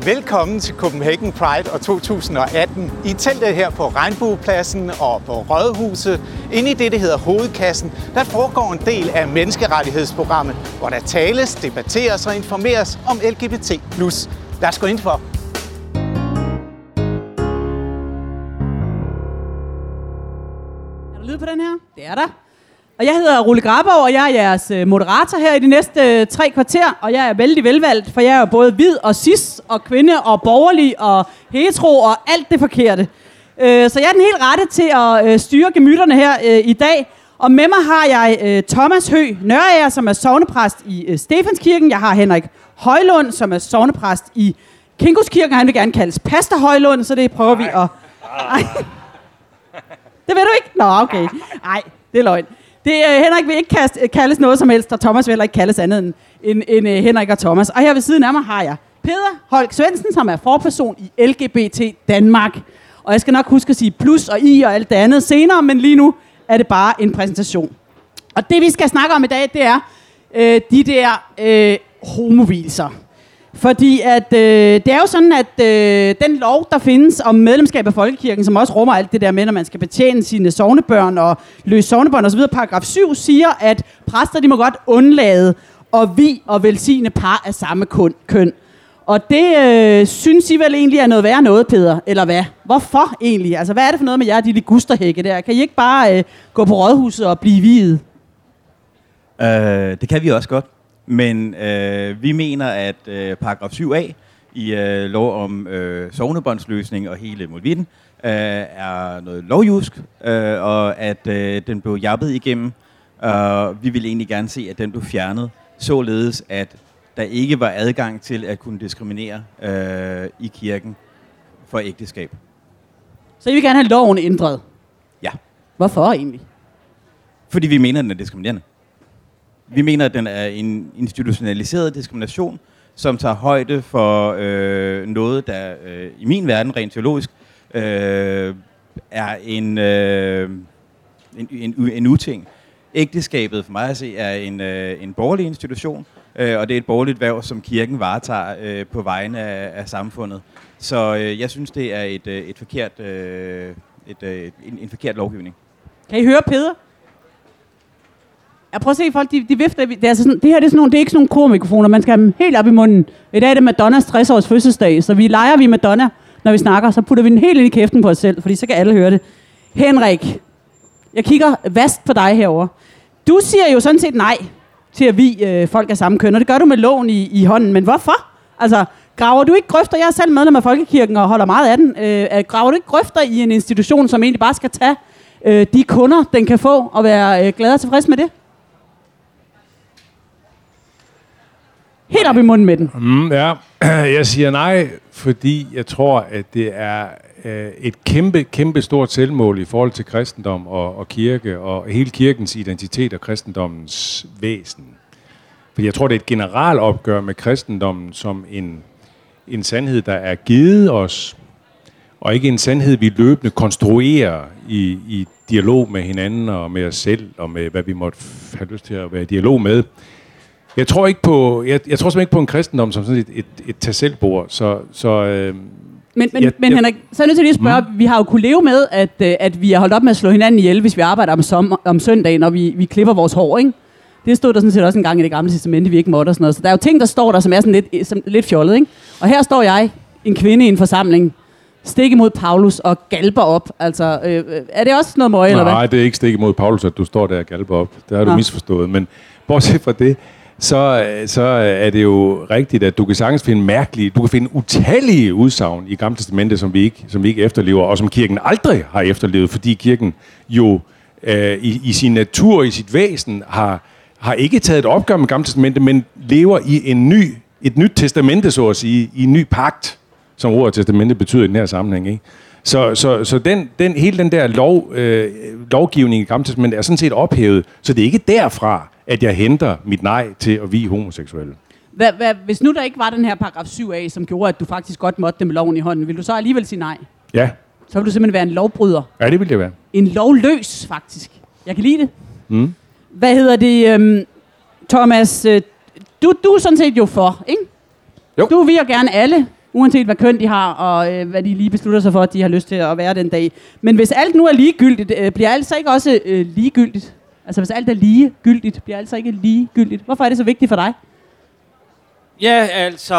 Velkommen til Copenhagen Pride år 2018. I teltet her på Regnbuepladsen og på Rådhuset, inde i det, der hedder Hovedkassen, der foregår en del af menneskerettighedsprogrammet, hvor der tales, debatteres og informeres om LGBT+. Lad os gå ind for. Er der lyd på den her? Det er der. Og jeg hedder Rulle Graborg, og jeg er jeres moderator her i de næste 3 kvarter. Og jeg er vældig velvalgt, for jeg er jo både hvid og cis og kvinde og borgerlig og hetero og alt det forkerte. Så jeg er den helt rette til at styre gemytterne her i dag. Og med mig har jeg Thomas Høgh Nørager, som er sognepræst i Stefanskirken. Jeg har Henrik Højlund, som er sognepræst i Kinkoskirken. Han vil gerne kaldes Pastor Højlund, så det prøver vi at... Ej. Det ved du ikke? Nå, okay. Nej, det er løgn. Henrik vil ikke kaldes noget som helst, og Thomas vil heller ikke kaldes andet end Henrik og Thomas. Og her ved siden af mig har jeg Peder Holk Svendsen, som er forperson i LGBT Danmark. Og jeg skal nok huske at sige plus og i og alt det andet senere, men lige nu er det bare en præsentation. Og det vi skal snakke om i dag, det er de der homovilser. Fordi at, det er jo sådan, at den lov, der findes om medlemskab af Folkekirken, som også rummer alt det der med, når man skal betjene sine sognebørn og løse sognebørn osv., paragraf 7 siger, at præster de må godt undlade at vie og velsigne par af samme køn. Og det synes I vel egentlig er noget værre noget, Peder? Eller hvad? Hvorfor egentlig? Altså, hvad er det for noget med jer, de ligusterhække der? Kan I ikke bare gå på rådhuset og blive viet? Det kan vi også godt. Men vi mener, at paragraf 7a i lov om sognebåndsløsning og hele molevitten er noget lovjusk, og at den blev jappet igennem. Vi vil egentlig gerne se, at den blev fjernet, således at der ikke var adgang til at kunne diskriminere i kirken for ægteskab. Så I vil gerne have loven ændret? Ja. Hvorfor egentlig? Fordi vi mener, at den er diskriminerende. Vi mener, at den er en institutionaliseret diskrimination, som tager højde for noget, der i min verden, rent teologisk, er en uting. Ægteskabet for mig at se er en borgerlig institution, og det er et borgerligt hverv, som kirken varetager på vegne af samfundet. Så jeg synes, det er en forkert lovgivning. Kan I høre Peder? Jeg prøver at se, folk de vifter. Det er sådan, det her det er ikke sådan nogle kormikrofoner. Man skal have dem helt op i munden. I dag er det Madonnas 60-års fødselsdag, så vi leger vi Madonna, når vi snakker. Så putter vi den helt ind i kæften på os selv, fordi så kan alle høre det. Henrik, jeg kigger vast på dig herovre. Du siger jo sådan set nej til at vie folk af samme køn, og det gør du med loven i hånden. Men hvorfor? Altså, graver du ikke grøfter? Jeg er selv medlem af Folkekirken og holder meget af den. Graver du ikke grøfter i en institution, som egentlig bare skal tage de kunder, den kan få, og være glad og tilfreds med det? Helt op i munden med den. Ja, jeg siger nej, fordi jeg tror, at det er et kæmpe stort selvmål i forhold til kristendom og kirke, og hele kirkens identitet og kristendommens væsen. Fordi jeg tror, det er et generalopgør med kristendommen som en sandhed, der er givet os, og ikke en sandhed, vi løbende konstruerer i dialog med hinanden og med os selv, og med hvad vi måtte have lyst til at være i dialog med. Jeg tror simpelthen ikke på en kristendom som sådan et tag-selv-bord. Men Henrik, så er jeg nødt til lige at spørge, vi har jo kunne leve med, at vi har holdt op med at slå hinanden ihjel, hvis vi arbejder om søndagen, når vi klipper vores hår, ikke? Det stod der sådan set også en gang i Det Gamle Testamente, vi ikke måtte og sådan noget. Så der er jo ting, der står der, som er sådan lidt fjollet, ikke? Og her står jeg, en kvinde i en forsamling, stik imod Paulus og galper op. Altså, er det også noget møg, eller hvad? Nej, det er ikke stik imod Paulus, at du står der og galper op. Det har du misforstået. Men bortset fra det, så er det jo rigtigt, at du kan sagtens finde utallige udsagn i Gamle Testamentet, som vi ikke efterlever, og som kirken aldrig har efterlevet, fordi kirken jo i sin natur, i sit væsen, har ikke taget et opgør med Gamle Testamentet, men lever i et nyt testamente, så at sige, i en ny pagt, som ordet testamente betyder i den her sammenhæng, ikke? Så hele den der lovgivning i Gamle Testamentet er sådan set ophævet, så det er ikke derfra, at jeg henter mit nej til at vie homoseksuelle. Hvis nu der ikke var den her paragraf 7a, som gjorde, at du faktisk godt måtte det med loven i hånden, ville du så alligevel sige nej? Ja. Så vil du simpelthen være en lovbryder? Ja, det ville jeg være. En lovløs, faktisk. Jeg kan lide det. Hvad hedder det, Thomas? Du er sådan set jo for, ikke? Jo. Du vier gerne alle, uanset hvad køn de har, og hvad de lige beslutter sig for, at de har lyst til at være den dag. Men hvis alt nu er ligegyldigt, bliver alt så ikke også ligegyldigt? Altså hvis alt er ligegyldigt, bliver alt så ikke ligegyldigt? Hvorfor er det så vigtigt for dig? Ja, altså,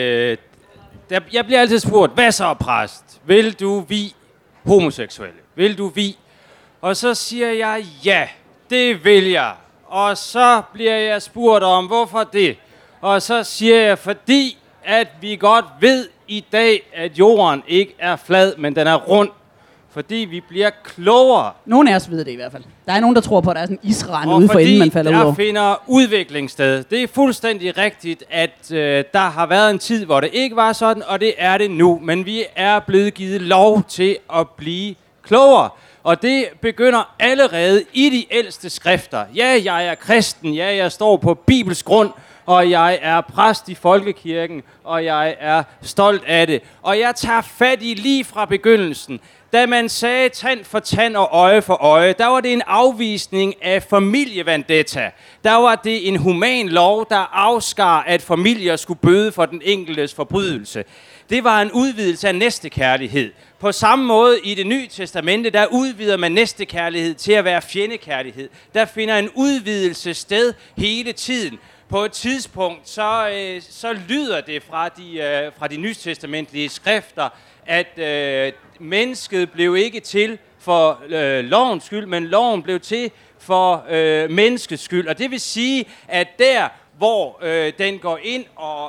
jeg bliver altid spurgt, hvad så, præst? Vil du vie homoseksuelle? Vil du vie? Og så siger jeg, ja, det vil jeg. Og så bliver jeg spurgt om, hvorfor det? Og så siger jeg, fordi at vi godt ved i dag, at jorden ikke er flad, men den er rund. Fordi vi bliver klogere. Nogle af os ved det i hvert fald. Der er nogen, der tror på, at der er sådan en isrand ude for enden, man falder ud over. Og fordi der finder udvikling sted. Det er fuldstændig rigtigt, at der har været en tid, hvor det ikke var sådan, og det er det nu. Men vi er blevet givet lov til at blive klogere. Og det begynder allerede i de ældste skrifter. Ja, jeg er kristen. Ja, jeg står på Bibels grund. Og jeg er præst i folkekirken. Og jeg er stolt af det. Og jeg tager fat i lige fra begyndelsen. Da man sagde tand for tand og øje for øje, der var det en afvisning af familievendetta. Der var det en human lov, der afskar, at familier skulle bøde for den enkeltes forbrydelse. Det var en udvidelse af næstekærlighed. På samme måde i Det Nye Testamente, der udvider man næstekærlighed til at være fjendekærlighed. Der finder en udvidelse sted hele tiden. På et tidspunkt, så lyder det fra de nytestamentlige skrifter, at mennesket blev ikke til for lovens skyld, men loven blev til for menneskets skyld. Og det vil sige, at der, hvor den går ind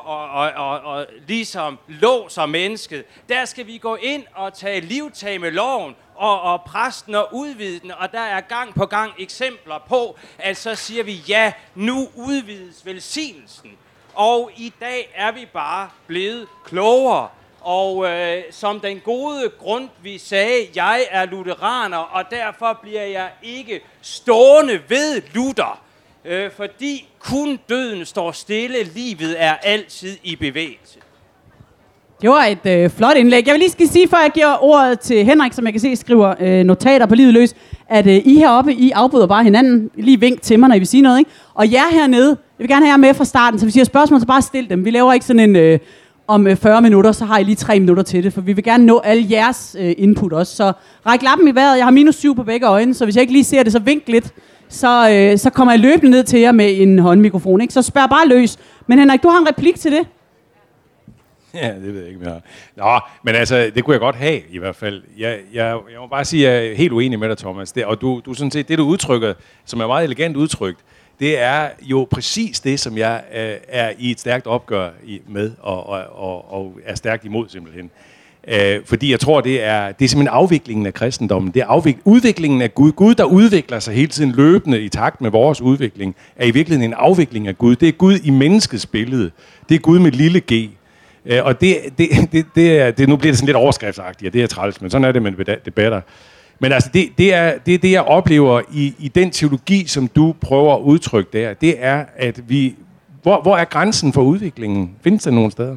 og ligesom låser mennesket, der skal vi gå ind og tage livtag med loven og præsten og udvide den. Og der er gang på gang eksempler på, at så siger vi, ja, nu udvides velsignelsen. Og i dag er vi bare blevet klogere. Og som den gode Grundtvig sagde, jeg er lutheraner, og derfor bliver jeg ikke stående ved Luther. Fordi kun døden står stille, livet er altid i bevægelse. Det var et flot indlæg. Jeg vil lige sige, før jeg giver ordet til Henrik, som jeg kan se skriver notater på livet løs, at I heroppe, I afbryder bare hinanden. Lige vink til mig, når I vil sige noget, ikke? Og jer hernede, jeg vil gerne have jer med fra starten, så hvis I har spørgsmål, så bare stil dem. Vi laver ikke sådan en... om 40 minutter, så har I lige 3 minutter til det, for vi vil gerne nå alle jeres input også. Så ræk lappen i vejret. Jeg har -7 på begge øjne, så hvis jeg ikke lige ser det, så vink lidt. Så kommer jeg løbende ned til jer med en håndmikrofon, ikke? Så spær bare løs. Men Henrik, du har en replik til det? Ja, det ved jeg ikke mere. Nå, men altså, det kunne jeg godt have i hvert fald. Jeg må bare sige, at jeg er helt uenig med dig, Thomas. Og du sådan set, det du udtrykker, som er meget elegant udtrykt, det er jo præcis det, som jeg er i et stærkt opgør med, og er stærkt imod simpelthen. Fordi jeg tror, det er simpelthen afviklingen af kristendommen. Det er udviklingen af Gud. Gud, der udvikler sig hele tiden løbende i takt med vores udvikling, er i virkeligheden en afvikling af Gud. Det er Gud i menneskets billede. Det er Gud med lille g. Og det nu bliver det sådan lidt overskriftsagtigt, og det er træls, men sådan er det med debatter. Men altså, det er det, jeg oplever i den teologi, som du prøver at udtrykke der. Det er, at hvor er grænsen for udviklingen? Findes der nogen steder?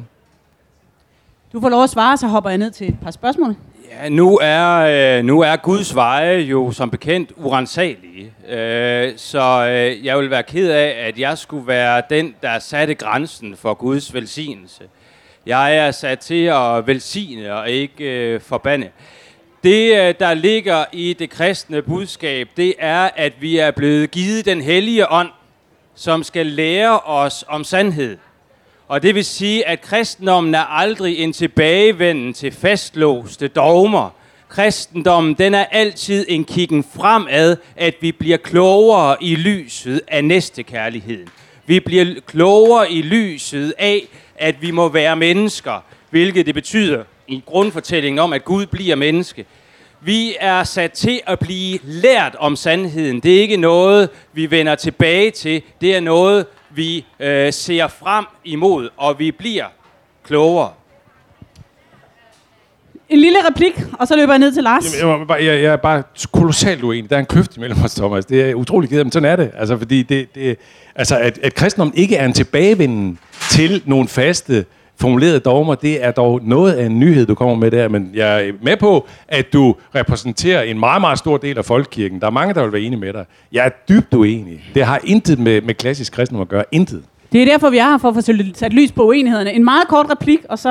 Du får lov at svare, så hopper jeg ned til et par spørgsmål. Ja, nu er Guds veje jo som bekendt uransagelige. Så jeg vil være ked af, at jeg skulle være den, der satte grænsen for Guds velsignelse. Jeg er sat til at velsigne og ikke forbande. Det, der ligger i det kristne budskab, det er, at vi er blevet givet den hellige ånd, som skal lære os om sandhed. Og det vil sige, at kristendommen er aldrig en tilbagevenden til fastlåste dogmer. Kristendommen, den er altid en kiggen fremad, at vi bliver klogere i lyset af næstekærligheden. Vi bliver klogere i lyset af, at vi må være mennesker, hvilket det betyder i grundfortællingen om, at Gud bliver menneske. Vi er sat til at blive lært om sandheden. Det er ikke noget, vi vender tilbage til. Det er noget, vi ser frem imod, og vi bliver klogere. En lille replik, og så løber jeg ned til Lars. Jeg er bare kolossalt uenig. Der er en kløft imellem os, Thomas. Det er utroligt kedeligt, men sådan er det. Altså, fordi at kristendommen ikke er en tilbagevenden til nogle faste formulerede dogmer, det er dog noget af en nyhed, du kommer med der, men jeg er med på, at du repræsenterer en meget, meget stor del af folkekirken. Der er mange, der vil være enige med dig. Jeg er dybt uenig. Det har intet med klassisk kristendom at gøre. Intet. Det er derfor, vi er her for at få sat lys på uenighederne. En meget kort replik, og så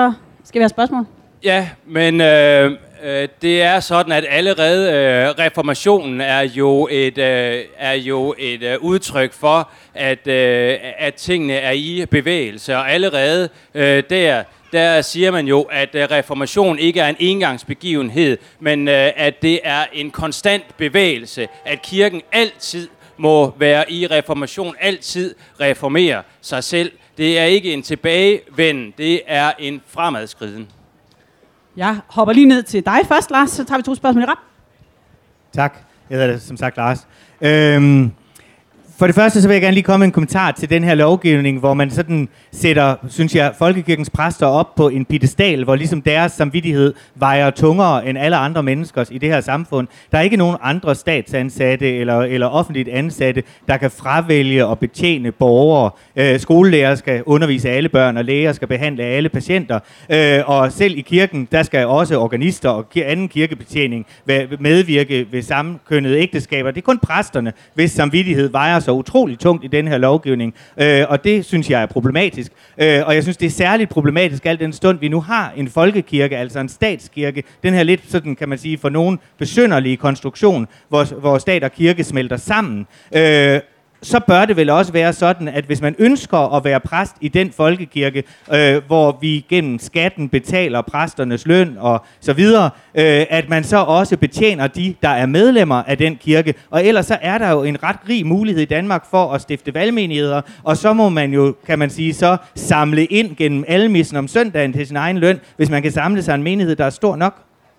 Skal vi have spørgsmål? Ja, men det er sådan, at allerede reformationen er jo et udtryk for, at tingene er i bevægelse, og allerede der siger man jo, at reformation ikke er en engangsbegivenhed, men at det er en konstant bevægelse, at kirken altid må være i reformation, altid reformere sig selv. Det er ikke en tilbagevenden, det er en fremadskriden. Jeg hopper lige ned til dig først, Lars, så tager vi 2 spørgsmål i rap. Tak. Jeg hedder som sagt Lars. For det første så vil jeg gerne lige komme med en kommentar til den her lovgivning, hvor man sådan sætter, synes jeg, folkekirkens præster op på en piedestal, hvor ligesom deres samvittighed vejer tungere end alle andre menneskers i det her samfund. Der er ikke nogen andre statsansatte eller offentligt ansatte, der kan fravælge og betjene borgere. Skolelærer skal undervise alle børn, og læger skal behandle alle patienter. Og selv i kirken, der skal også organister og anden kirkebetjening medvirke ved sammenkønnede ægteskaber. Det er kun præsterne, hvis samvittighed vejer så utroligt tungt i den her lovgivning, og det synes jeg er problematisk. Og jeg synes, det er særligt problematisk, al den stund, vi nu har en folkekirke, altså en statskirke, den her lidt sådan, kan man sige, for nogen besynderlige konstruktion, hvor stat og kirke smelter sammen. Så bør det vel også være sådan, at hvis man ønsker at være præst i den folkekirke, hvor vi gennem skatten betaler præsternes løn og så videre, at man så også betjener de, der er medlemmer af den kirke. Og ellers så er der jo en ret rig mulighed i Danmark for at stifte valgmenigheder, og så må man jo, kan man sige, så samle ind gennem almissen om søndagen til sin egen løn, hvis man kan samle sig en menighed, der er stor nok.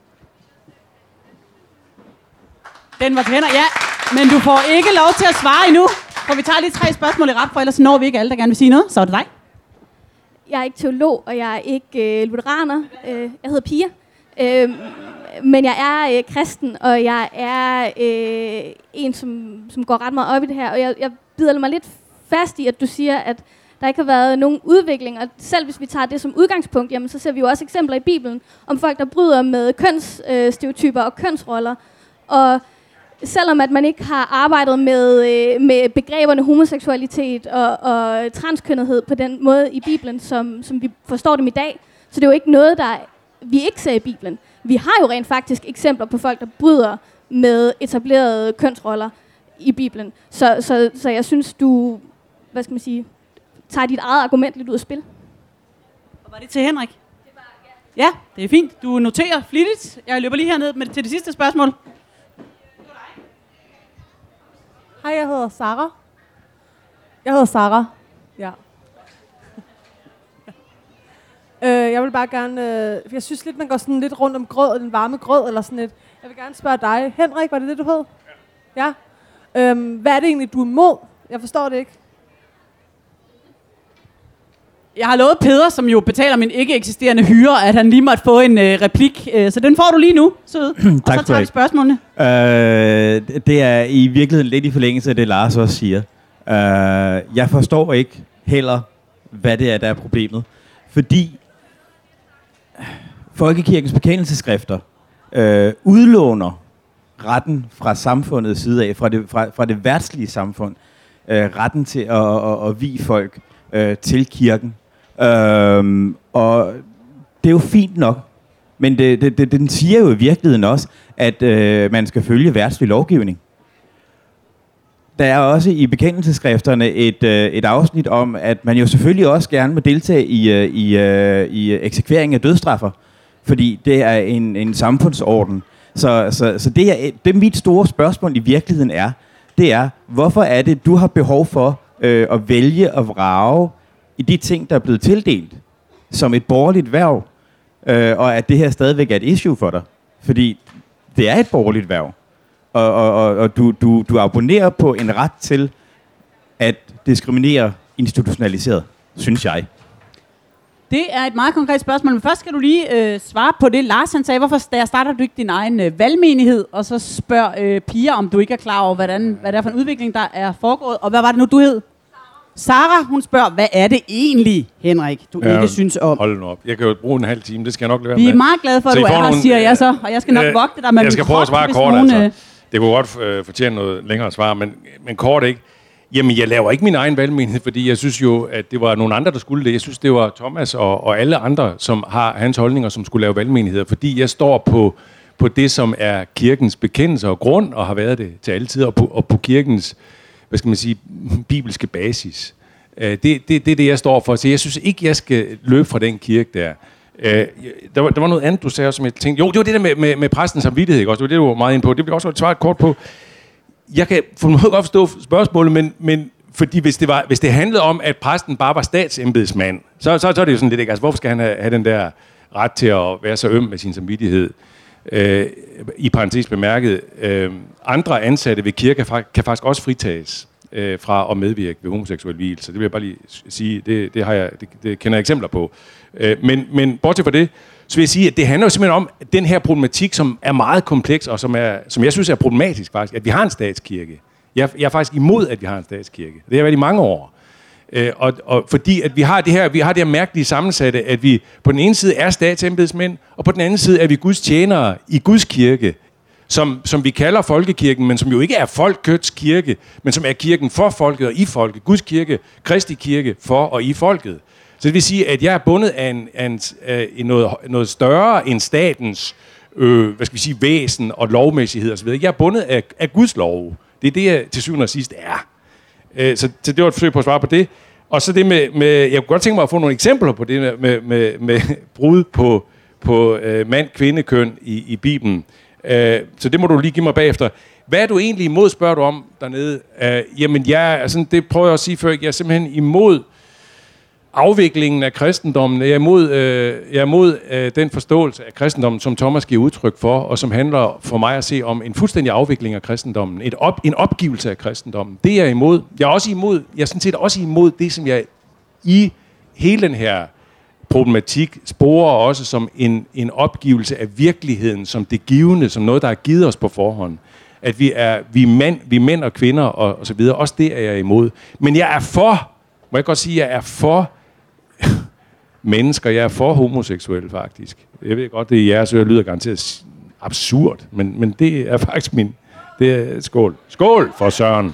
Den var til Henrik, ja. Men du får ikke lov til at svare endnu. For vi tager lige 3 spørgsmål i rap, for ellers når vi ikke alle, der gerne vil sige noget. Så er det dig. Jeg er ikke teolog, og jeg er ikke lutheraner. Jeg hedder Pia. Men jeg er kristen, og jeg er en, som går ret meget op i det her. Og jeg bider mig lidt fast i, at du siger, at der ikke har været nogen udvikling. Og selv hvis vi tager det som udgangspunkt, jamen, så ser vi jo også eksempler i Bibelen om folk, der bryder med kønsstereotyper og kønsroller. Og selvom at man ikke har arbejdet med begreberne homoseksualitet og transkønnethed på den måde i Bibelen, som vi forstår dem i dag, så det er jo ikke noget, vi ikke ser i Bibelen. Vi har jo rent faktisk eksempler på folk, der bryder med etablerede kønsroller i Bibelen. Så jeg synes, du, hvad skal man sige, tager dit eget argument lidt ud af spil. Og var det til Henrik? Ja, det er fint. Du noterer flittigt. Jeg løber lige herned til det sidste spørgsmål. Hej, jeg hedder Sarah. Ja. Jeg vil bare gerne... jeg synes lidt, man går sådan lidt rundt om grød, den varme grød, eller sådan lidt. Jeg vil gerne spørge dig. Henrik, var det du hed? Ja. Hvad er det egentlig, du er imod? Jeg forstår det ikke. Jeg har lovet Peder, som jo betaler min ikke eksisterende hyre, at han lige måtte få en replik. Så den får du lige nu, søde. Og så tager vi spørgsmålene. Det er i virkeligheden lidt i forlængelse af det, Lars også siger. Jeg forstår ikke heller, hvad det er, der er problemet. Fordi Folkekirkens bekendelsesskrifter udlåner retten fra samfundets side af, fra det verdslige samfund, retten til at vie folk til kirken. Og det er jo fint nok, men den siger jo i virkeligheden også, at man skal følge verdslig lovgivning. Der er også i bekendelsesskrifterne et afsnit om, at man jo selvfølgelig også gerne må deltage i eksekvering af dødsstraffer, fordi det er en samfundsorden. Så det mit store spørgsmål i virkeligheden det er, hvorfor er det, du har behov for at vælge og vrage i de ting, der er blevet tildelt som et borgerligt hverv, og at det her stadigvæk er et issue for dig? Fordi det er et borgerligt hverv, og du abonnerer på en ret til at diskriminere institutionaliseret, synes jeg. Det er et meget konkret spørgsmål, men først skal du lige svare på det. Lars han sagde, hvorfor starter du ikke din egen valgmenighed, og så spørg Pia, om du ikke er klar over, hvad det er for en udvikling, der er foregået. Og hvad var det nu, du hed? Sarah, hun spørger, hvad er det egentlig, Henrik, du ikke synes om? Hold nu op. Jeg kan jo bruge en halv time, det skal jeg nok lade være med. Vi med. er meget glade for, at du er her, siger jeg så, og jeg skal nok vogte dig med jeg skal prøve at svare kort, altså. Det kunne godt fortjene noget længere svar, men kort ikke. Jamen, jeg laver ikke min egen valgmenighed, fordi jeg synes jo, at det var nogle andre, der skulle det. Jeg synes, det var Thomas og alle andre, som har hans holdninger, som skulle lave valgmenigheder, fordi jeg står på det, som er kirkens bekendelse og grund, og har været det til alle tider, og på kirkens, hvad skal man sige, bibelske basis. Det er det, jeg står for. Så jeg synes ikke, jeg skal løbe fra den kirke der. Der var noget andet, du sagde, som jeg tænkte... Jo, det var det der med præstens samvittighed, ikke også? Det var det, du var meget inde på. Det blev også svare kort på. Jeg kan for noget godt forstå spørgsmålet, men fordi hvis det handlede om, at præsten bare var statsembedsmand, så er det jo sådan lidt, ikke? Altså, hvorfor skal han have den der ret til at være så øm med sin samvittighed? I parentes bemærket, andre ansatte ved kirke kan faktisk også fritages fra at medvirke ved homoseksuel vielse. Det vil jeg bare lige sige, det kender jeg eksempler på. Men bortset fra det, så vil jeg sige, at det handler jo simpelthen om den her problematik, som er meget kompleks, og som jeg synes er problematisk faktisk, at vi har en statskirke. Jeg er faktisk imod, at vi har en statskirke. Det har været i mange år. Og fordi at vi har det her mærkelige sammensatte, at vi på den ene side er statsembedsmænd, og på den anden side er vi Guds tjenere i Guds kirke, som vi kalder folkekirken, men som jo ikke er folkets kirke, men som er kirken for folket og i folket. Guds kirke, Kristi kirke for og i folket. Så det vil sige, at jeg er bundet af noget større end statens væsen og lovmæssighed osv. Jeg er bundet af Guds lov. Det er det, jeg til syvende og sidst er. Så det var et forsøg på at svare på det. Og så det med jeg kunne godt tænke mig at få nogle eksempler på det med brud på mand-kvinde-køn i Bibelen. Så det må du lige give mig bagefter. Hvad er du egentlig imod, spørger du om dernede? Jamen, det prøver jeg at sige før. Jeg er simpelthen imod afviklingen af kristendommen. Jeg er imod den forståelse af kristendommen, som Thomas giver udtryk for, og som handler for mig at se om en fuldstændig afvikling af kristendommen. En opgivelse af kristendommen. Det er jeg imod. Jeg er sådan set også imod det, som jeg i hele den her problematik sporer også som en opgivelse af virkeligheden, som det givende, som noget, der er givet os på forhånd. At vi er mænd og kvinder og så videre. Også det er jeg imod. Men jeg er for, må jeg godt sige, jeg er for mennesker. Jeg er for homoseksuelle, faktisk. Jeg ved godt, det er jeres øre lyder garanteret absurd, men det er faktisk det er skål. Skål for Søren!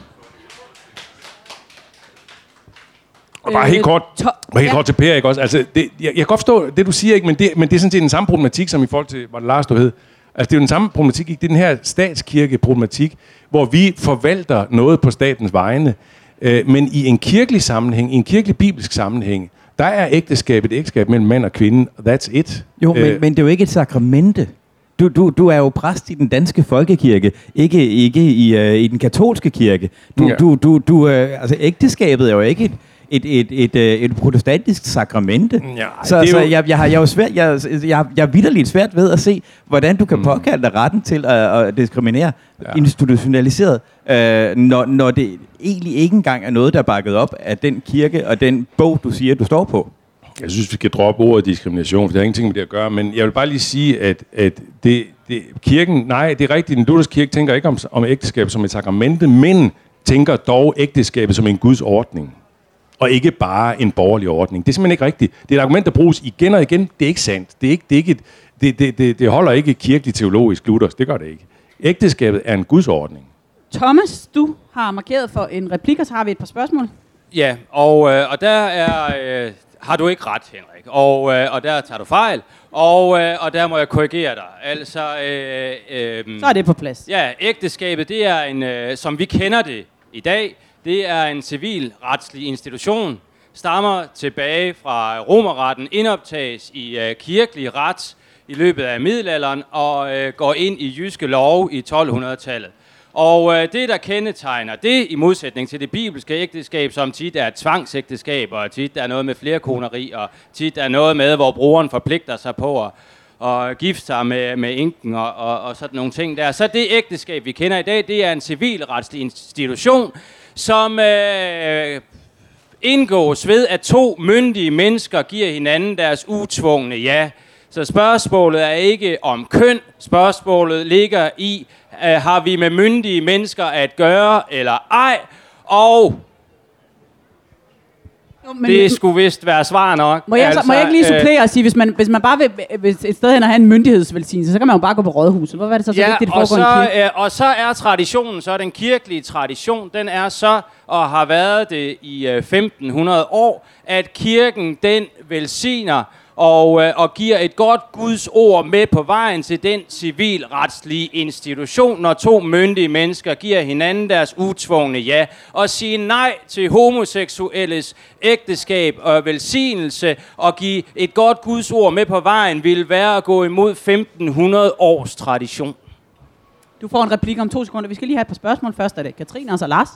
Og bare helt kort til Per, ikke også? Altså, jeg kan godt forstå det, du siger, ikke? Men det er sådan set den samme problematik, som i forhold til, hvad Lars, du hed. Altså, det er jo den samme problematik, ikke? Det er den her statskirke-problematik, hvor vi forvalter noget på statens vegne, men i en kirkelig sammenhæng, i en kirkelig bibelsk sammenhæng, der er ægteskabet et ægteskab mellem mand og kvinde, that's it. Jo, men det er jo ikke et sakramente. Du er jo præst i den danske folkekirke, ikke i den katolske kirke. Altså, ægteskabet er jo ikke et protestantisk sakramente. Ja, så jeg har jo svært, jeg er vitterligt svært ved at se, hvordan du kan påkalde dig retten til at diskriminere institutionaliseret, når det egentlig ikke engang er noget, der er bakket op af den kirke og den bog, du siger, du står på. Jeg synes, vi skal droppe ordet diskrimination, for det har ingenting med det at gøre, men jeg vil bare lige sige, at kirken, nej, det er rigtigt, den lutherske kirke tænker ikke om ægteskab som et sakramente, men tænker dog ægteskabet som en Guds ordning. Og ikke bare en borgerlig ordning. Det er simpelthen ikke rigtigt. Det er et argument, der bruges igen og igen. Det er ikke sandt. Det holder ikke kirkeligt teologisk luthersk. Det gør det ikke. Ægteskabet er en Guds ordning. Thomas, du har markeret for en replik, og så har vi et par spørgsmål. Ja, og der har du ikke ret, Henrik. Og der tager du fejl. Og der må jeg korrigere dig. Altså, så er det på plads. Ja, ægteskabet, det er som vi kender det i dag, det er en civilretslig institution, stammer tilbage fra romerretten, indoptages i kirkelig ret i løbet af middelalderen og går ind i jyske lov i 1200-tallet. Og det, der kendetegner det, i modsætning til det bibelske ægteskab, som tit er et tvangsægteskab, og tit er noget med flerkoneri, og tit er noget med, hvor brugeren forpligter sig på at gifte sig med enken og sådan nogle ting der. Så det ægteskab, vi kender i dag, det er en civilretslig institution, som indgås ved, at to myndige mennesker giver hinanden deres utvungne ja. Så spørgsmålet er ikke om køn, spørgsmålet ligger i, har vi med myndige mennesker at gøre eller ej, og Det skulle vist være svar nok. Må jeg ikke lige supplere og sige, hvis man bare vil et sted hen og have en myndighedsvelsignelse, så kan man jo bare gå på rådhuset. Hvor er det så vigtigt, det foregår i kirke? Og så er traditionen, så den kirkelige tradition, den er så, og har været det i 1500 år, at kirken den velsigner og giver et godt Guds ord med på vejen til den civilretslige institution, når to myndige mennesker giver hinanden deres utvungne ja, og siger nej til homoseksuelles ægteskab og velsignelse, og give et godt Guds ord med på vejen, vil være at gå imod 1500 års tradition. Du får en replik om 2 sekunder. Vi skal lige have et par spørgsmål. Først er det Katrine, og så Lars.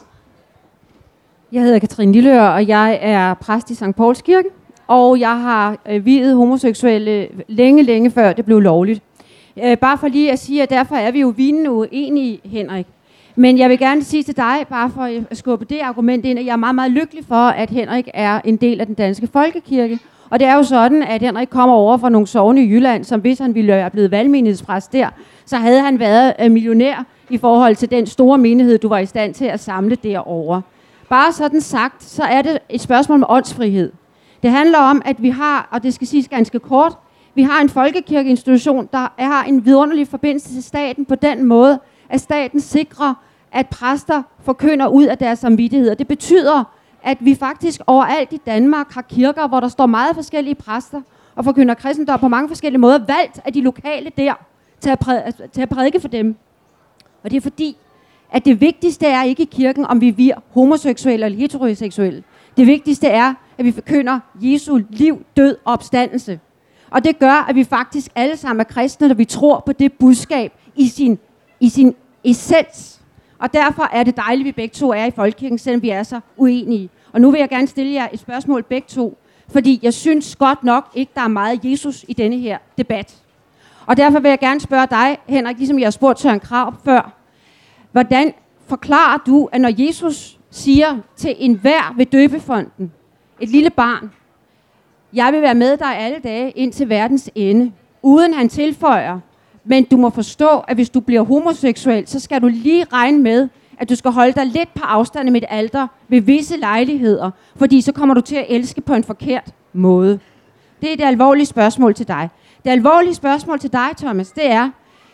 Jeg hedder Katrine Lilleør, og jeg er præst i St. Pauls Kirke. Og jeg har viet homoseksuelle længe før det blev lovligt. Bare for lige at sige, at derfor er vi jo vinende uenige, Henrik. Men jeg vil gerne sige til dig, bare for at skubbe det argument ind, at jeg er meget, meget lykkelig for, at Henrik er en del af den danske folkekirke. Og det er jo sådan, at Henrik kommer over fra nogle sogne i Jylland, som hvis han ville være blevet valgmenighedspræst der, så havde han været millionær i forhold til den store menighed, du var i stand til at samle derovre. Bare sådan sagt, så er det et spørgsmål om åndsfrihed. Det handler om, at vi har, og det skal siges ganske kort, vi har en folkekirkeinstitution, der har en vidunderlig forbindelse til staten på den måde, at staten sikrer, at præster forkynder ud af deres samvittigheder. Det betyder, at vi faktisk overalt i Danmark har kirker, hvor der står meget forskellige præster og forkynder kristendom på mange forskellige måder, valgt af de lokale der til at prædike for dem. Og det er fordi, at det vigtigste er ikke i kirken, om vi vier homoseksuelle eller heteroseksuelle. Det vigtigste er, at vi forkynder Jesu liv, død og opstandelse. Og det gør, at vi faktisk alle sammen er kristne, når vi tror på det budskab i sin essens. Og derfor er det dejligt, at vi begge to er i folkekirken, selvom vi er så uenige. Og nu vil jeg gerne stille jer et spørgsmål begge to, fordi jeg synes godt nok ikke, der er meget Jesus i denne her debat. Og derfor vil jeg gerne spørge dig, Henrik, ligesom jeg har spurgt Søren Krarup før. Hvordan forklarer du, at når Jesus siger til enhver ved døbefonden, et lille barn, jeg vil være med dig alle dage ind til verdens ende, uden han tilføjer, men du må forstå, at hvis du bliver homoseksuel, så skal du lige regne med, at du skal holde dig lidt på afstand med et alter ved visse lejligheder, fordi så kommer du til at elske på en forkert måde. Det er det alvorlige spørgsmål til dig. Det alvorlige spørgsmål til dig, Thomas, det er,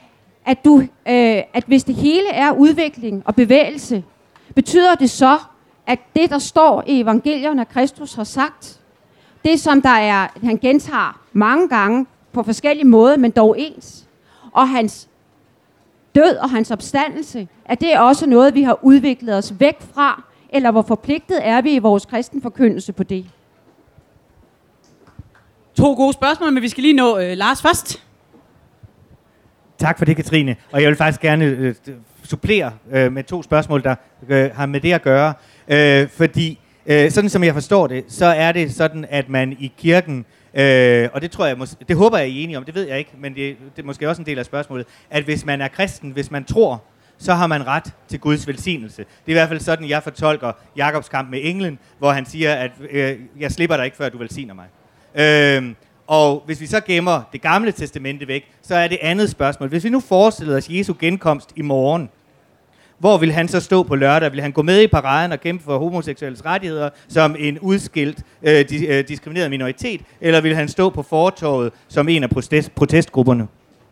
at hvis det hele er udvikling og bevægelse, betyder det så, at det, der står i evangelierne, at Kristus har sagt, det som han gentager mange gange på forskellige måder, men dog ens, og hans død og hans opstandelse, er det også noget, vi har udviklet os væk fra, eller hvor forpligtet er vi i vores kristenforkyndelse på det? 2 gode spørgsmål, men vi skal lige nå Lars først. Tak for det, Katrine. Og jeg vil faktisk gerne supplere med 2 spørgsmål, der har med det at gøre. Fordi, sådan som jeg forstår det, så er det sådan, at man i kirken, og det tror jeg, det håber jeg, I er enige om, det ved jeg ikke, men det er måske også en del af spørgsmålet, at hvis man er kristen, hvis man tror, så har man ret til Guds velsignelse. Det er i hvert fald sådan, jeg fortolker Jakobs kamp med englen, hvor han siger, at jeg slipper dig ikke, før du velsigner mig. Og hvis vi så gemmer det gamle testamente væk, så er det andet spørgsmål. Hvis vi nu forestiller os Jesu genkomst i morgen, hvor vil han så stå på lørdag? Vil han gå med i paraden og kæmpe for homoseksuelles rettigheder som en udskilt, diskrimineret minoritet? Eller vil han stå på fortovet som en af protestgrupperne?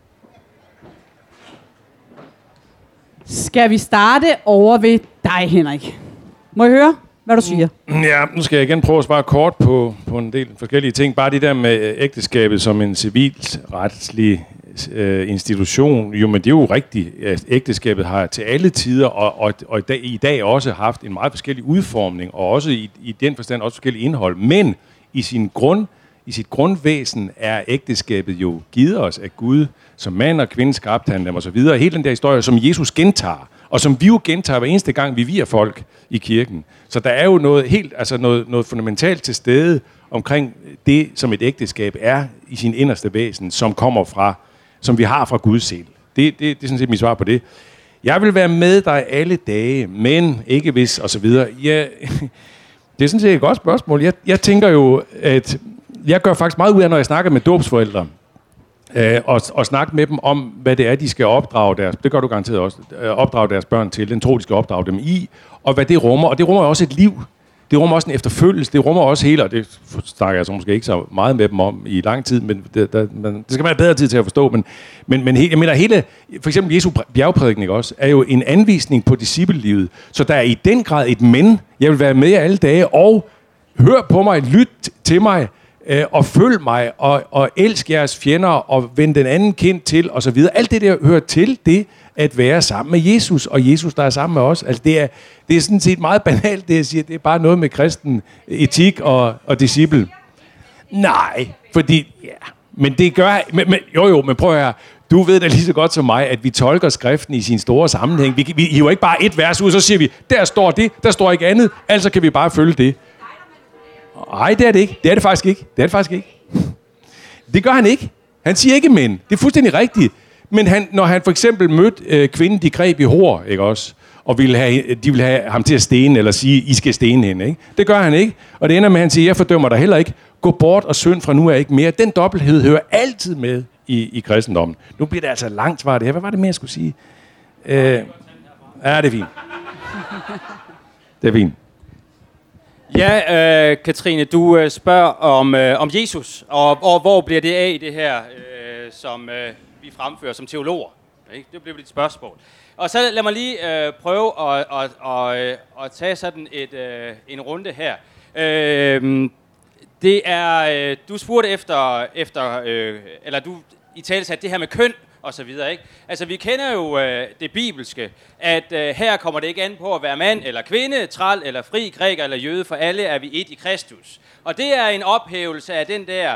Skal vi starte over ved dig, Henrik? Må jeg høre, hvad du siger? Ja, nu skal jeg igen prøve at svare kort på en del forskellige ting. Bare det der med ægteskabet som en civilretslig institution. Jo, men det er jo rigtigt, at ægteskabet har til alle tider og i dag også haft en meget forskellig udformning, og også i den forstand også forskellige indhold. Men i sit grundvæsen er ægteskabet jo givet os af Gud, som mand og kvinde skabte han dem og så videre. Hele den der historie, som Jesus gentager, og som vi jo gentager hver eneste gang, vi vier folk i kirken. Så der er jo noget fundamentalt til stede omkring det, som et ægteskab er i sin inderste væsen, som vi har fra Guds selv. Det er sådan set mit svar på det. Jeg vil være med dig alle dage, men ikke hvis, og så videre. Ja, det er sådan set et godt spørgsmål. Jeg tænker jo, at jeg gør faktisk meget ud af, når jeg snakker med dåbsforældre, og snakke med dem om, hvad det er, de skal opdrage det gør du garanteret også, opdrage deres børn til, den tro, de skal opdrage dem i, og hvad det rummer. Og det rummer også et liv. Det rummer også en efterfølgelse. Det rummer også hele, og det snakker jeg så måske ikke så meget med dem om i lang tid, men det skal man have bedre tid til at forstå. Men jeg mener, hele, for eksempel Jesu bjergprædiken, ikke også, er jo en anvisning på disciplelivet. Så der er i den grad et men. Jeg vil være med jer alle dage, og hør på mig, lyt til mig, og følg mig, og elsk jeres fjender, og vend den anden kind til, og så videre. Alt det der hører til det, at være sammen med Jesus, og Jesus, der er sammen med os. Altså, det er sådan set meget banalt, det jeg siger. Det er bare noget med kristen etik og disciple. Nej, fordi... Ja, men det gør... Men prøv at høre. Du ved da lige så godt som mig, at vi tolker skriften i sin store sammenhæng. Vi hiver ikke bare et vers ud, så siger vi, der står det, der står ikke andet, altså kan vi bare følge det. Nej, det er det ikke. Det er det faktisk ikke. Det gør han ikke. Han siger ikke men. Det er fuldstændig rigtigt. Men når han for eksempel mødte kvinden, de greb i hår, ikke også? Og de ville have ham til at stene, eller sige, I skal stene hende, ikke? Det gør han ikke. Og det ender med, at han siger, jeg fordømmer dig heller ikke. Gå bort og synd fra nu af ikke mere. Den dobbelthed hører altid med i kristendommen. Nu bliver det altså langt svar det her. Hvad var det mere, jeg skulle sige? Ja, det er fint. Det er fint. Ja, Katrine, du spørger om Jesus, og hvor bliver det af i det her, som vi fremfører som teologer? Ikke? Det bliver dit spørgsmål. Og så lad mig lige prøve at tage sådan en runde her. Det er, du spurgte efter eller du i tale satte det her med køn og så videre, ikke? Altså, vi kender jo det bibelske, at her kommer det ikke an på at være mand eller kvinde, træl eller fri, græker eller jøde, for alle er vi et i Kristus. Og det er en ophævelse af den der,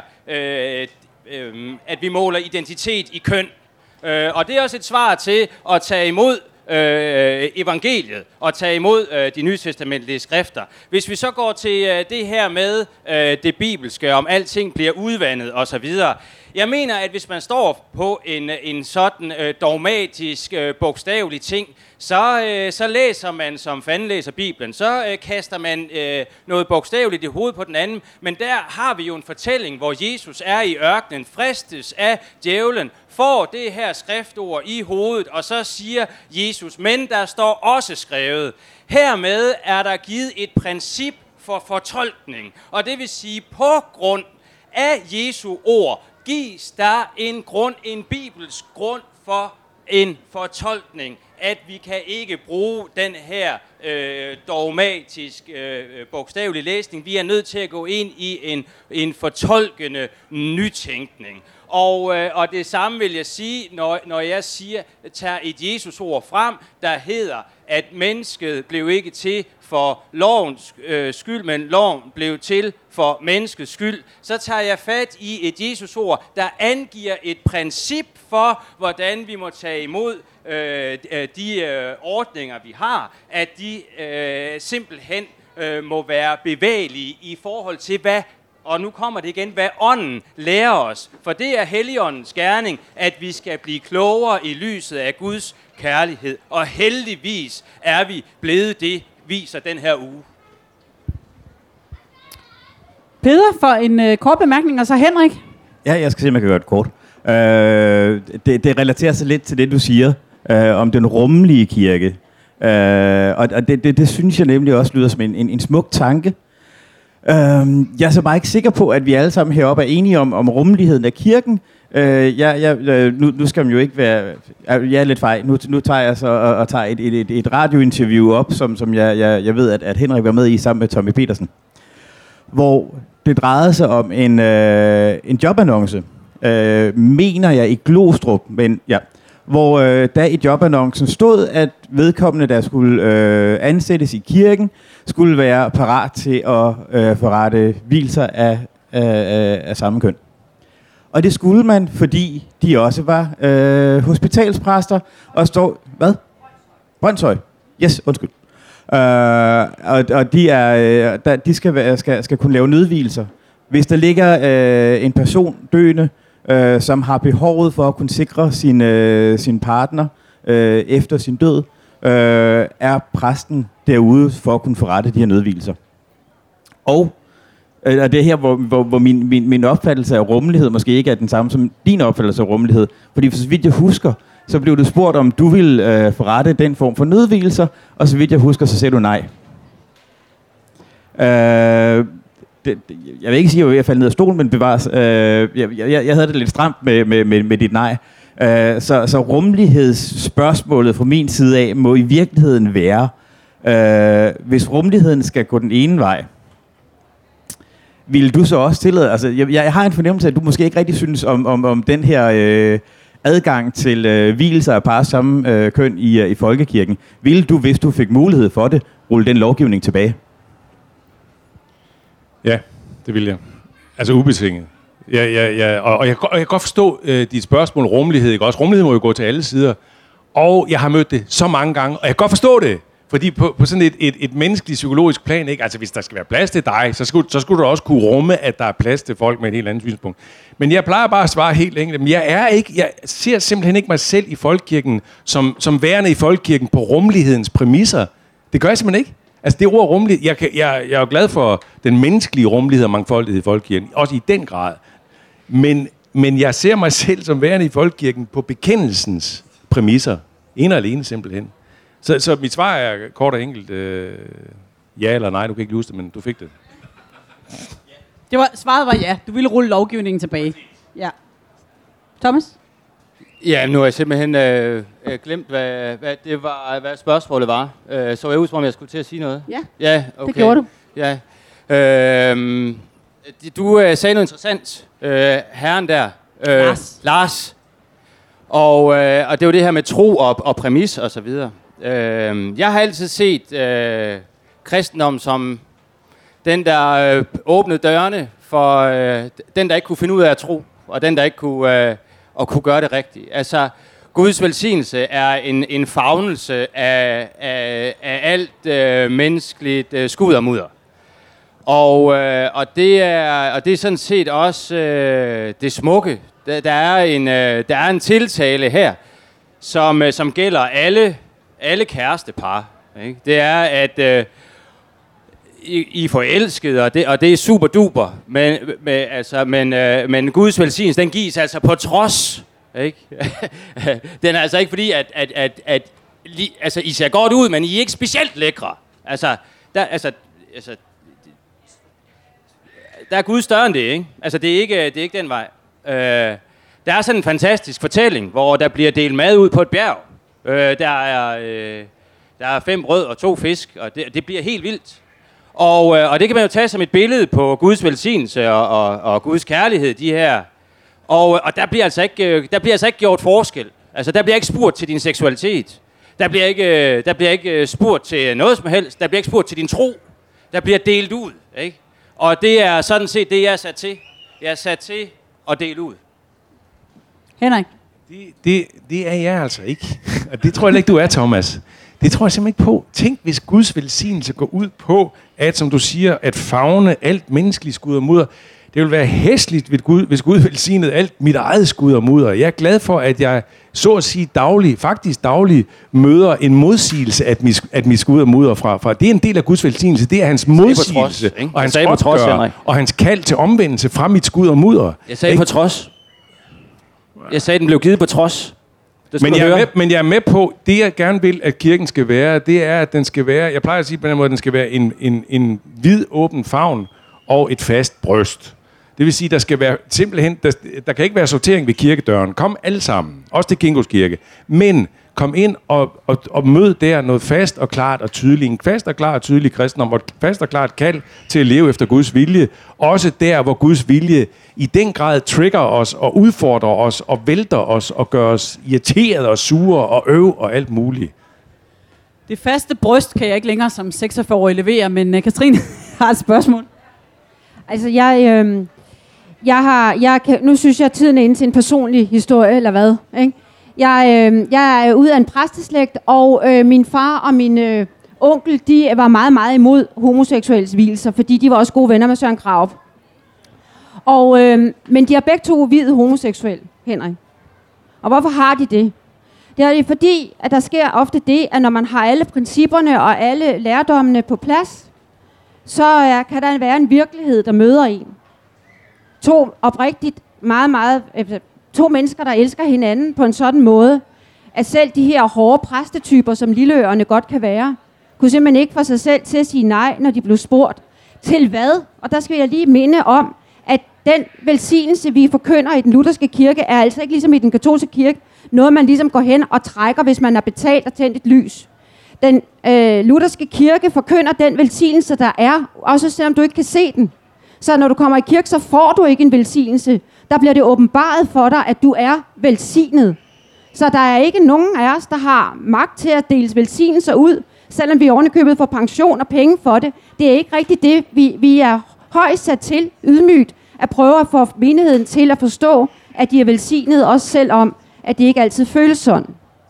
at vi måler identitet i køn. Og det er også et svar til at tage imod evangeliet og tage imod de nytestamentlige skrifter. Hvis vi så går til det her med det bibelske, om alting bliver udvandet og så videre. Jeg mener, at hvis man står på en sådan dogmatisk, bogstavelig ting, så læser man, som fanden læser Bibelen, så kaster man noget bogstaveligt i hovedet på den anden, men der har vi jo en fortælling, hvor Jesus er i ørkenen, fristes af djævlen, får det her skriftord i hovedet, og så siger Jesus, men der står også skrevet, hermed er der givet et princip for fortolkning, og det vil sige, på grund af Jesu ord, gives der en bibelsk grund for en fortolkning, at vi kan ikke bruge den her dogmatisk bogstavelig læsning. Vi er nødt til at gå ind i en fortolkende nytænkning. Og det samme vil jeg sige, når jeg tager et Jesus ord frem, der hedder, at mennesket blev ikke til for lovens skyld, men loven blev til for menneskets skyld, så tager jeg fat i et Jesus-ord, der angiver et princip for, hvordan vi må tage imod de ordninger, vi har, at de simpelthen må være bevægelige i forhold til, og nu kommer det igen, hvad ånden lærer os. For det er Helligåndens gerning, at vi skal blive klogere i lyset af Guds kærlighed. Og heldigvis er vi blevet det, viser den her uge. Peder for en kort bemærkning, og så Henrik. Ja, jeg skal se, om jeg kan gøre det kort. Det relaterer sig lidt til det, du siger om den rummelige kirke. Og det synes jeg nemlig også lyder som en smuk tanke. Jeg er så bare ikke sikker på, at vi alle sammen heroppe er enige om rummeligheden af kirken. Nu skal man jo ikke være... Jeg er lidt fej. Nu tager jeg så og tager et radiointerview op, som jeg ved, at Henrik var med i sammen med Tommy Petersen. Hvor det drejede sig om en jobannonce. Mener jeg i Glostrup, men ja. Hvor der i jobannoncen stod, at vedkommende, der skulle ansættes i kirken, skulle være parat til at forrette vielser af samme køn. Og det skulle man, fordi de også var hospitalspræster og står... Hvad? Brøndshøj. Yes, undskyld. Og de skal kunne lave nødvielser. Hvis der ligger en person døende, som har behovet for at kunne sikre sin partner efter sin død, er præsten derude for at kunne forrette de her nødvielser. Og det er her, hvor min opfattelse af rummelighed måske ikke er den samme som din opfattelse af rummelighed. Fordi for så vidt jeg husker, så blev du spurgt, om du ville forrette den form for nødvielser, og så vidt jeg husker, så sagde du nej. Jeg vil ikke sige, at jeg var ved at falde ned af stolen, men bevares. Jeg havde det lidt stramt med dit nej. Så rummelighedsspørgsmålet fra min side af må i virkeligheden være, hvis rummeligheden skal gå den ene vej, vil du så også tillade... Altså, jeg har en fornemmelse af, at du måske ikke rigtig synes om den her adgang til vielser af par samme køn i folkekirken. Ville du, hvis du fik mulighed for det, rulle den lovgivning tilbage? Ja, det vil jeg. Altså ubetinget. Og jeg kan godt forstå dit spørgsmål rummelighed. Ikke? Også rummelighed må jo gå til alle sider. Og jeg har mødt det så mange gange, og jeg kan godt forstå det. Fordi på sådan et menneskeligt, psykologisk plan, ikke? Altså hvis der skal være plads til dig, så skulle du også kunne rumme, at der er plads til folk med et helt andet synspunkt. Men jeg plejer bare at svare helt enkelt. Men jeg ser simpelthen ikke mig selv i folkekirken, som værende i folkekirken på rummelighedens præmisser. Det gør jeg simpelthen ikke. Altså det ord rummelighed, jeg er jo glad for den menneskelige rummelighed og mangfoldighed i folkekirken, også i den grad. Men jeg ser mig selv som værende i folkekirken på bekendelsens præmisser. En og alene simpelthen. Så mit svar er kort og enkelt ja eller nej. Du kan ikke huske det, men du fik det. Svaret var ja. Du ville rulle lovgivningen tilbage. Ja. Thomas? Ja, nu har jeg simpelthen glemt, hvad spørgsmålet var. Så jeg ud, som om jeg skulle til at sige noget. Ja, ja, okay. Det gjorde du. Ja. Du sagde noget interessant. Herren der. Lars. Og det var det her med tro og præmis og så videre. Jeg har altid set kristendom som den, der åbnede dørene for den, der ikke kunne finde ud af at tro, og den, der ikke kunne gøre det rigtigt. Altså, Guds velsignelse er en favnelse af alt menneskeligt skud og mudder. Og det er sådan set også det smukke. Der er en tiltale her, som gælder alle kærestepar. Ikke? Det er, at I er forelskede, og det er super duper. Men Guds velsignelse, den gives altså på trods. Ikke? Den er altså ikke fordi, at I ser godt ud, men I er ikke specielt lækre. Der er Gud større end det, ikke? Altså, det er ikke den vej. Der er sådan en fantastisk fortælling, hvor der bliver delt mad ud på et bjerg. Der er 5 brød og 2 fisk, og det bliver helt vildt. Og det kan man jo tage som et billede på Guds velsignelse og Guds kærlighed, de her. Og der bliver altså ikke gjort forskel. Altså, der bliver ikke spurgt til din seksualitet. Der bliver ikke spurgt til noget som helst. Der bliver ikke spurgt til din tro. Der bliver delt ud, ikke? Og det er sådan set det, jeg er sat til. Jeg er sat til at dele ud. Henrik? Det er jeg altså ikke. Og det tror jeg ikke, du er, Thomas. Det tror jeg simpelthen ikke på. Tænk, hvis Guds velsignelse går ud på, at, som du siger, at favne alt menneskeligt skud og mudder. Det vil være hæsligt, hvis Gud velsignede alt mit eget skud og mudder. Jeg er glad for, at jeg så at sige dagligt møder en modsigelse af mit skud og mudder fra. Det er en del af Guds velsignelse. Det er hans modsigelse og hans opgør og hans kald til omvendelse fra mit skud og mudder. Jeg sagde på trods. Jeg sagde, den blev givet på trods. Men jeg er med på, det jeg gerne vil, at kirken skal være, det er, at den skal være, jeg plejer at sige på den måde, at den skal være en vid åben favn og et fast bryst. Det vil sige, der skal være simpelthen, der kan ikke være sortering ved kirkedøren. Kom alle sammen, også til Kingos Kirke. Men kom ind og mød der noget fast og klart og tydeligt. En fast og klar og tydelig kristendom, og et fast og klart kald til at leve efter Guds vilje. Også der, hvor Guds vilje i den grad trigger os og udfordrer os og vælter os og gør os irriterede og sure og og alt muligt. Det faste bryst kan jeg ikke længere som 46-årig levere, men Katrine har et spørgsmål. Altså, nu synes jeg, at tiden er inde til en personlig historie, eller hvad? Ikke? Jeg er ude af en præsteslægt, og min far og min onkel, de var meget, meget imod homoseksuelles vielser, fordi de var også gode venner med Søren Krarup. Men de har begge to viet homoseksuelle, Henrik. Og hvorfor har de det? Det er fordi, at der sker ofte det, at når man har alle principperne og alle lærdommene på plads, så kan der være en virkelighed, der møder en. To mennesker, der elsker hinanden på en sådan måde, at selv de her hårde præstetyper, som lilleøerne godt kan være, kunne simpelthen ikke få sig selv til at sige nej, når de blev spurgt. Til hvad? Og der skal jeg lige minde om, at den velsignelse, vi forkynder i den lutherske kirke, er altså ikke ligesom i den katolske kirke, noget man ligesom går hen og trækker, hvis man har betalt og tændt et lys. Den lutherske kirke forkynder den velsignelse, der er, også selvom du ikke kan se den. Så når du kommer i kirke, så får du ikke en velsignelse. Der bliver det åbenbaret for dig, at du er velsignet. Så der er ikke nogen af os, der har magt til at dele velsignelser ud, selvom vi ovenikøbet får pension og penge for det. Det er ikke rigtigt det, vi er højst sat til, ydmygt, at prøve at få menigheden til at forstå, at de er velsignet, også selvom, at det ikke altid føles sådan.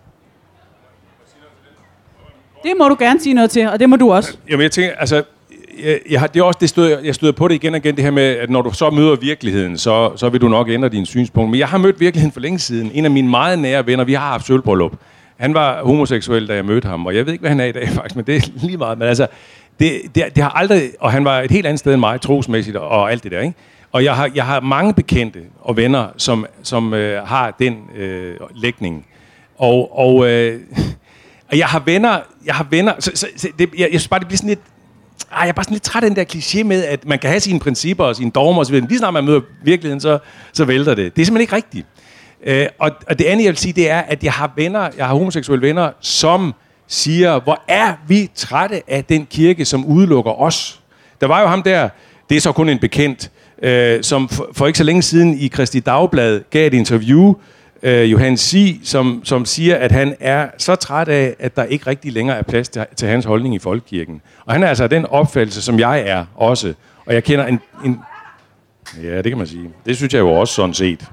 Det må du gerne sige noget til, og det må du også. Jamen, jeg tænker, altså, jeg støder på det igen og igen, det her med, at når du så møder virkeligheden, så vil du nok ændre dine synspunkter. Men jeg har mødt virkeligheden for længe siden. En af mine meget nære venner, vi har haft sølvbryllup. Han var homoseksuel, da jeg mødte ham, og jeg ved ikke, hvad han er i dag faktisk, men det er lige meget. Men altså, det har aldrig, og han var et helt andet sted end mig, trosmæssigt og alt det der, ikke? Og jeg har mange bekendte og venner, som har den lægning. Og jeg har venner, jeg synes bare, det bliver sådan lidt, jeg er bare sådan lidt træt af den der kliché med, at man kan have sine principper og sine dogmer og så videre. Lige snart man møder virkeligheden, så vælter det. Det er simpelthen ikke rigtigt. Og det andet, jeg vil sige, det er, at jeg har homoseksuelle venner, som siger, hvor er vi trætte af den kirke, som udelukker os. Der var jo ham der, det er så kun en bekendt, som for ikke så længe siden i Kristi Dagblad gav et interview, Johannes Sig, som siger, at han er så træt af, at der ikke rigtig længere er plads til hans holdning i folkekirken. Og han er altså den opfattelse, som jeg er også. Og jeg kender en... Ja, det kan man sige. Det synes jeg jo også sådan set.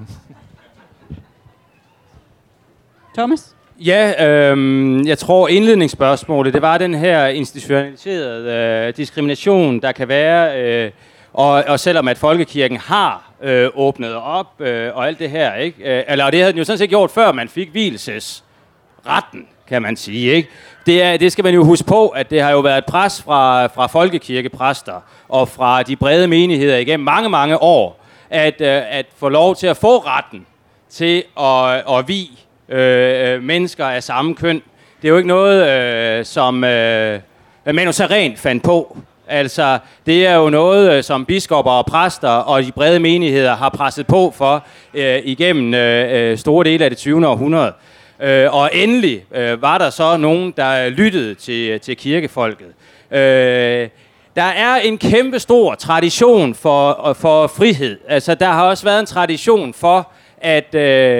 Thomas? Ja, jeg tror indledningsspørgsmålet, det var den her institutionaliserede diskrimination, der kan være, og selvom at folkekirken har åbnet op og alt det her, ikke? Eller det havde den jo sådan set gjort, før man fik vielsesretten, kan man sige, ikke? Det skal man jo huske på, at det har jo været et pres fra folkekirkepræster og fra de brede menigheder igennem mange, mange år, at få lov til at få retten til at vie mennesker af samme køn. Det er jo ikke noget, som Manu Sareen fandt på. Altså, det er jo noget, som biskopper og præster og de brede menigheder har presset på for igennem store dele af det 20. århundrede. Og endelig var der så nogen, der lyttede til kirkefolket. Der er en kæmpe stor tradition for frihed. Altså, der har også været en tradition for, at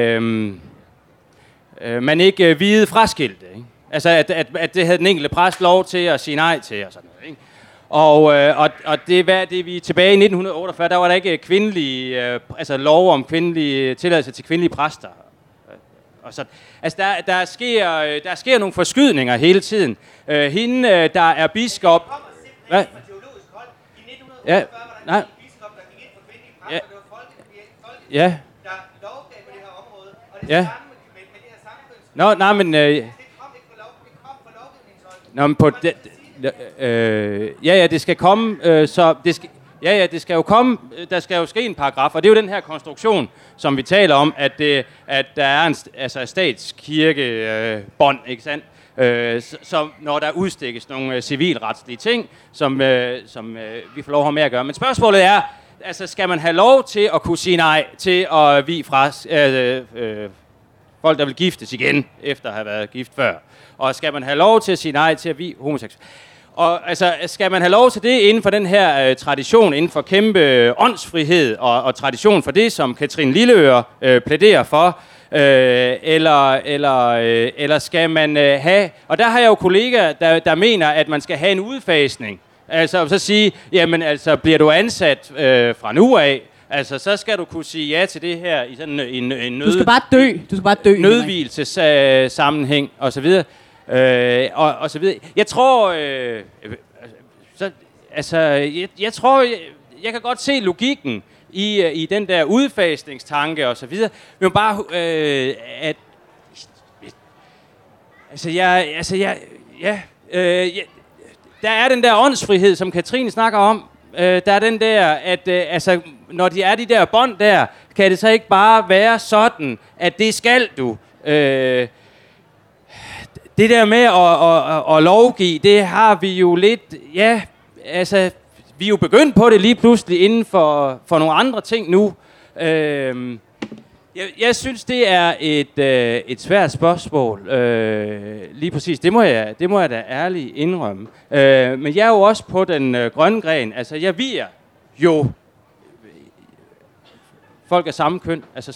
man ikke viede fraskilte. Ikke? Altså, at det havde den enkelte præst lov til at sige nej til og sådan noget. Ikke? Og det vi tilbage i 1948, der var der ikke kvindelige, lov om kvindelige tilladelse til kvindelige præster. Og så, altså der sker nogle forskydninger hele tiden. Hende, der er biskop. Hvad? Ja, nej. Ja. Ja. Ja. Nå, nej, men men på det. Det skal komme, det skal jo komme, der skal jo ske en paragraf, og det er jo den her konstruktion, som vi taler om, at der er en statskirkebånd, ikke sandt? Så når der udstikkes nogle civilretslige ting, som vi får lov at have med at gøre. Men spørgsmålet er, altså skal man have lov til at kunne sige nej til at vie fra folk, der vil giftes igen, efter at have været gift før? Og skal man have lov til at sige nej til at vie homoseksuelle? Og altså, skal man have lov til det inden for den her tradition, inden for kæmpe åndsfrihed og tradition for det, som Katrine Lilleøre plæderer for? Eller skal man have... Og der har jeg jo kollegaer, der mener, at man skal have en udfasning. Altså så sige, jamen altså, bliver du ansat fra nu af, altså så skal du kunne sige ja til det her i sådan en Du skal bare dø. Nødhvilelsessammenhæng og så videre. Og så videre. Jeg tror, jeg kan godt se logikken i den der udfasningstanke og så videre. Men bare der er den der åndsfrihed, som Katrine snakker om. Der er den der, at når de er de der bånd der, kan det så ikke bare være sådan, at det skal du. Det der med at lovgive, det har vi jo lidt, vi er jo begyndt på det lige pludselig inden for nogle andre ting nu. Jeg synes, det er et svært spørgsmål. Lige præcis. Det må jeg da ærligt indrømme. Men jeg er jo også på den grønne gren. Altså, jeg vier jo folk af samme køn. Altså,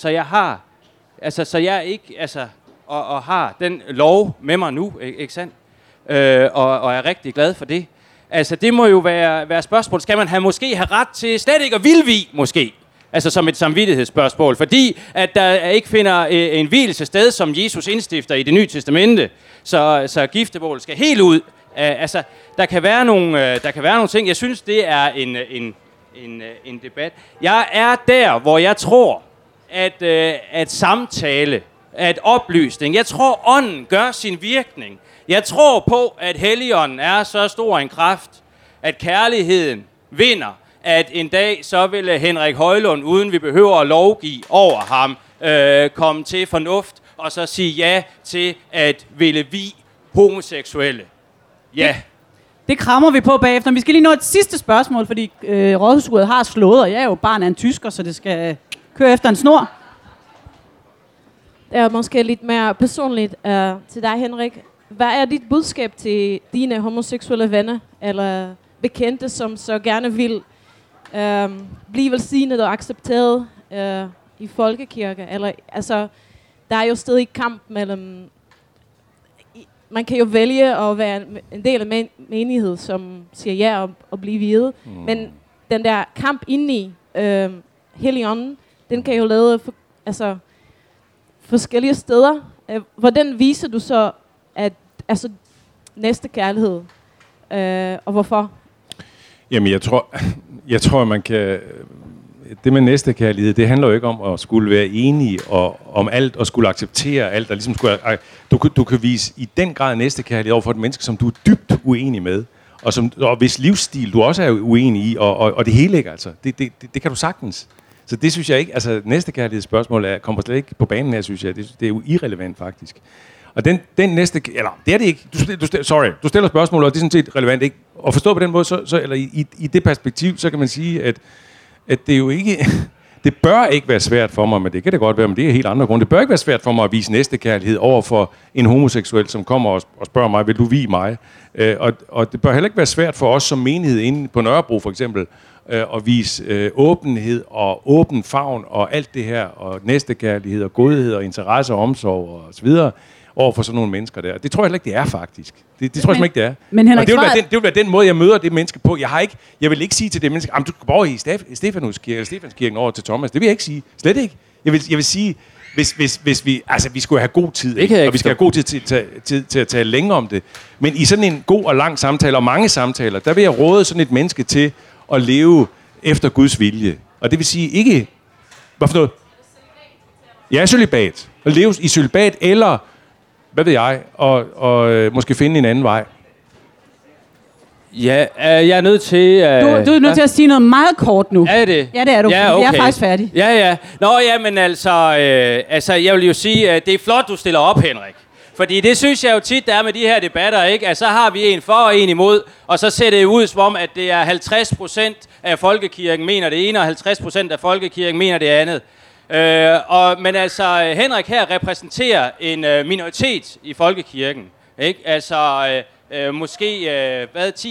så jeg ikke, og har den lov med mig nu, ikke sandt? Og er rigtig glad for det. Altså, det må jo være spørgsmål. Skal man måske have ret til slet ikke at vildvie, måske? Altså som et samvittighedsspørgsmål, fordi at der ikke finder en vielse sted, som Jesus indstifter i Det Nye Testamente, så giftebål skal helt ud. Altså, der kan være nogle ting. Jeg synes, det er en debat. Jeg er der, hvor jeg tror, at samtale, at oplysning, jeg tror, ånden gør sin virkning. Jeg tror på, at Helligånden er så stor en kraft, at kærligheden vinder, at en dag så vil Henrik Højlund, uden vi behøver at lovgive over ham, komme til fornuft og så sige ja til at ville vie homoseksuelle. Ja. Det krammer vi på bagefter. Vi skal lige nå et sidste spørgsmål, fordi rådhusuret har slået, og jeg er jo barn af en tysker, så det skal køre efter en snor. Det er måske lidt mere personligt til dig, Henrik. Hvad er dit budskab til dine homoseksuelle venner eller bekendte, som så gerne vil blive velsignet og accepteret i folkekirke? Eller, altså, der er jo stadig kamp mellem... Man kan jo vælge at være en del af menighed, som siger ja og blive viet. Men den der kamp indeni Helligånden, den kan jo lede forskellige steder. Hvordan viser du så at næste kærlighed, og hvorfor? Jamen, jeg tror, man kan... Det med næstekærlighed, det handler jo ikke om at skulle være enige om alt og skulle acceptere alt. Og ligesom du kan vise i den grad næstekærlighed over for et menneske, som du er dybt uenig med, og hvis livsstil du også er uenig i, og det hele ikke altså. Det kan du sagtens. Så det synes jeg ikke, altså næstekærlighedsspørgsmål kommer slet ikke på banen her, synes jeg. Det er jo irrelevant faktisk. Og den næste, eller det er det ikke. Du stiller spørgsmål, og det er sådan set relevant ikke. Og forstå på den måde, eller i det perspektiv, så kan man sige, at det jo ikke, det bør ikke være svært for mig, men det kan det godt være, men det er helt andre grunde. Det bør ikke være svært for mig at vise næstekærlighed over for en homoseksuel, som kommer og spørger mig, vil du vie mig? Og det bør heller ikke være svært for os som menighed inde på Nørrebro for eksempel, at vise åbenhed og åben favn og alt det her, og næstekærlighed og godhed og interesse og omsorg og så videre, over for sådan nogle mennesker der. Det tror jeg heller ikke, det er faktisk. Det tror jeg ikke, det er. Men Henrik, og det vil være den måde, jeg møder det menneske på. Jeg vil ikke sige til det menneske, du skal bare i Stefanskirken over til Thomas. Det vil jeg ikke sige. Slet ikke. Jeg vil sige, hvis vi skulle have god tid, og vi skal have god tid til at tale længere om det. Men i sådan en god og lang samtale, og mange samtaler, der vil jeg råde sådan et menneske til at leve efter Guds vilje. Og det vil sige ikke... Hvad for noget? Ja, cølibat. At leve i cølibat, eller... Hvad ved jeg? Og måske finde en anden vej. Ja, jeg er nødt til... Du er nødt til at sige noget meget kort nu. Er det? Ja, det er du. Ja, okay. Jeg er faktisk færdig. Ja. Nå, ja, men altså, jeg vil jo sige, at det er flot, du stiller op, Henrik. Fordi det synes jeg jo tit, der er med de her debatter, ikke? Altså, så har vi en for og en imod, og så ser det ud som om, at det er 50% af folkekirken mener det ene, og 50% af folkekirken mener det andet. Men altså, Henrik her repræsenterer en minoritet i folkekirken, ikke? Altså, måske,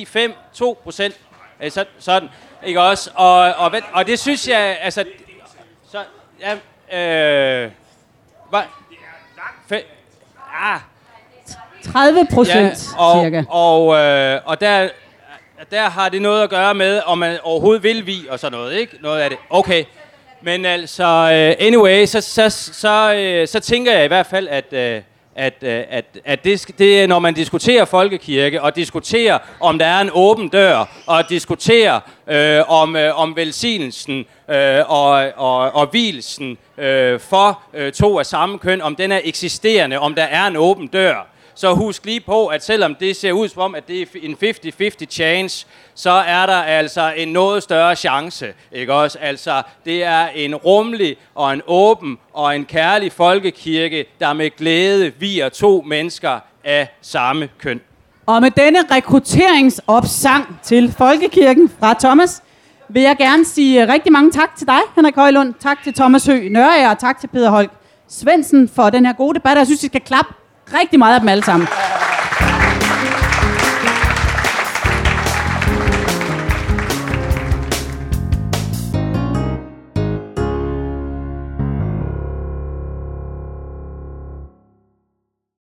2%, sådan, ikke også? Og det synes jeg, altså, så, ja, 30% cirka. Og der har det noget at gøre med, om man overhovedet vil vie og sådan noget, ikke? Noget af det. Okay. Men altså, anyway, så tænker jeg i hvert fald, at det, når man diskuterer folkekirke, og diskuterer, om der er en åben dør, og diskuterer om velsignelsen og vielsen for to af samme køn, om den er eksisterende, om der er en åben dør, så husk lige på, at selvom det ser ud som om, at det er en 50-50 chance, så er der altså en noget større chance, ikke også? Altså, det er en rummelig og en åben og en kærlig folkekirke, der med glæde vier to mennesker af samme køn. Og med denne rekrutteringsopsang til Folkekirken fra Thomas, vil jeg gerne sige rigtig mange tak til dig, Henrik Højlund. Tak til Thomas Høgh Nørager, og tak til Peter Holk Svendsen for den her gode debat. Jeg synes, I skal klappe rigtig meget af dem alle sammen.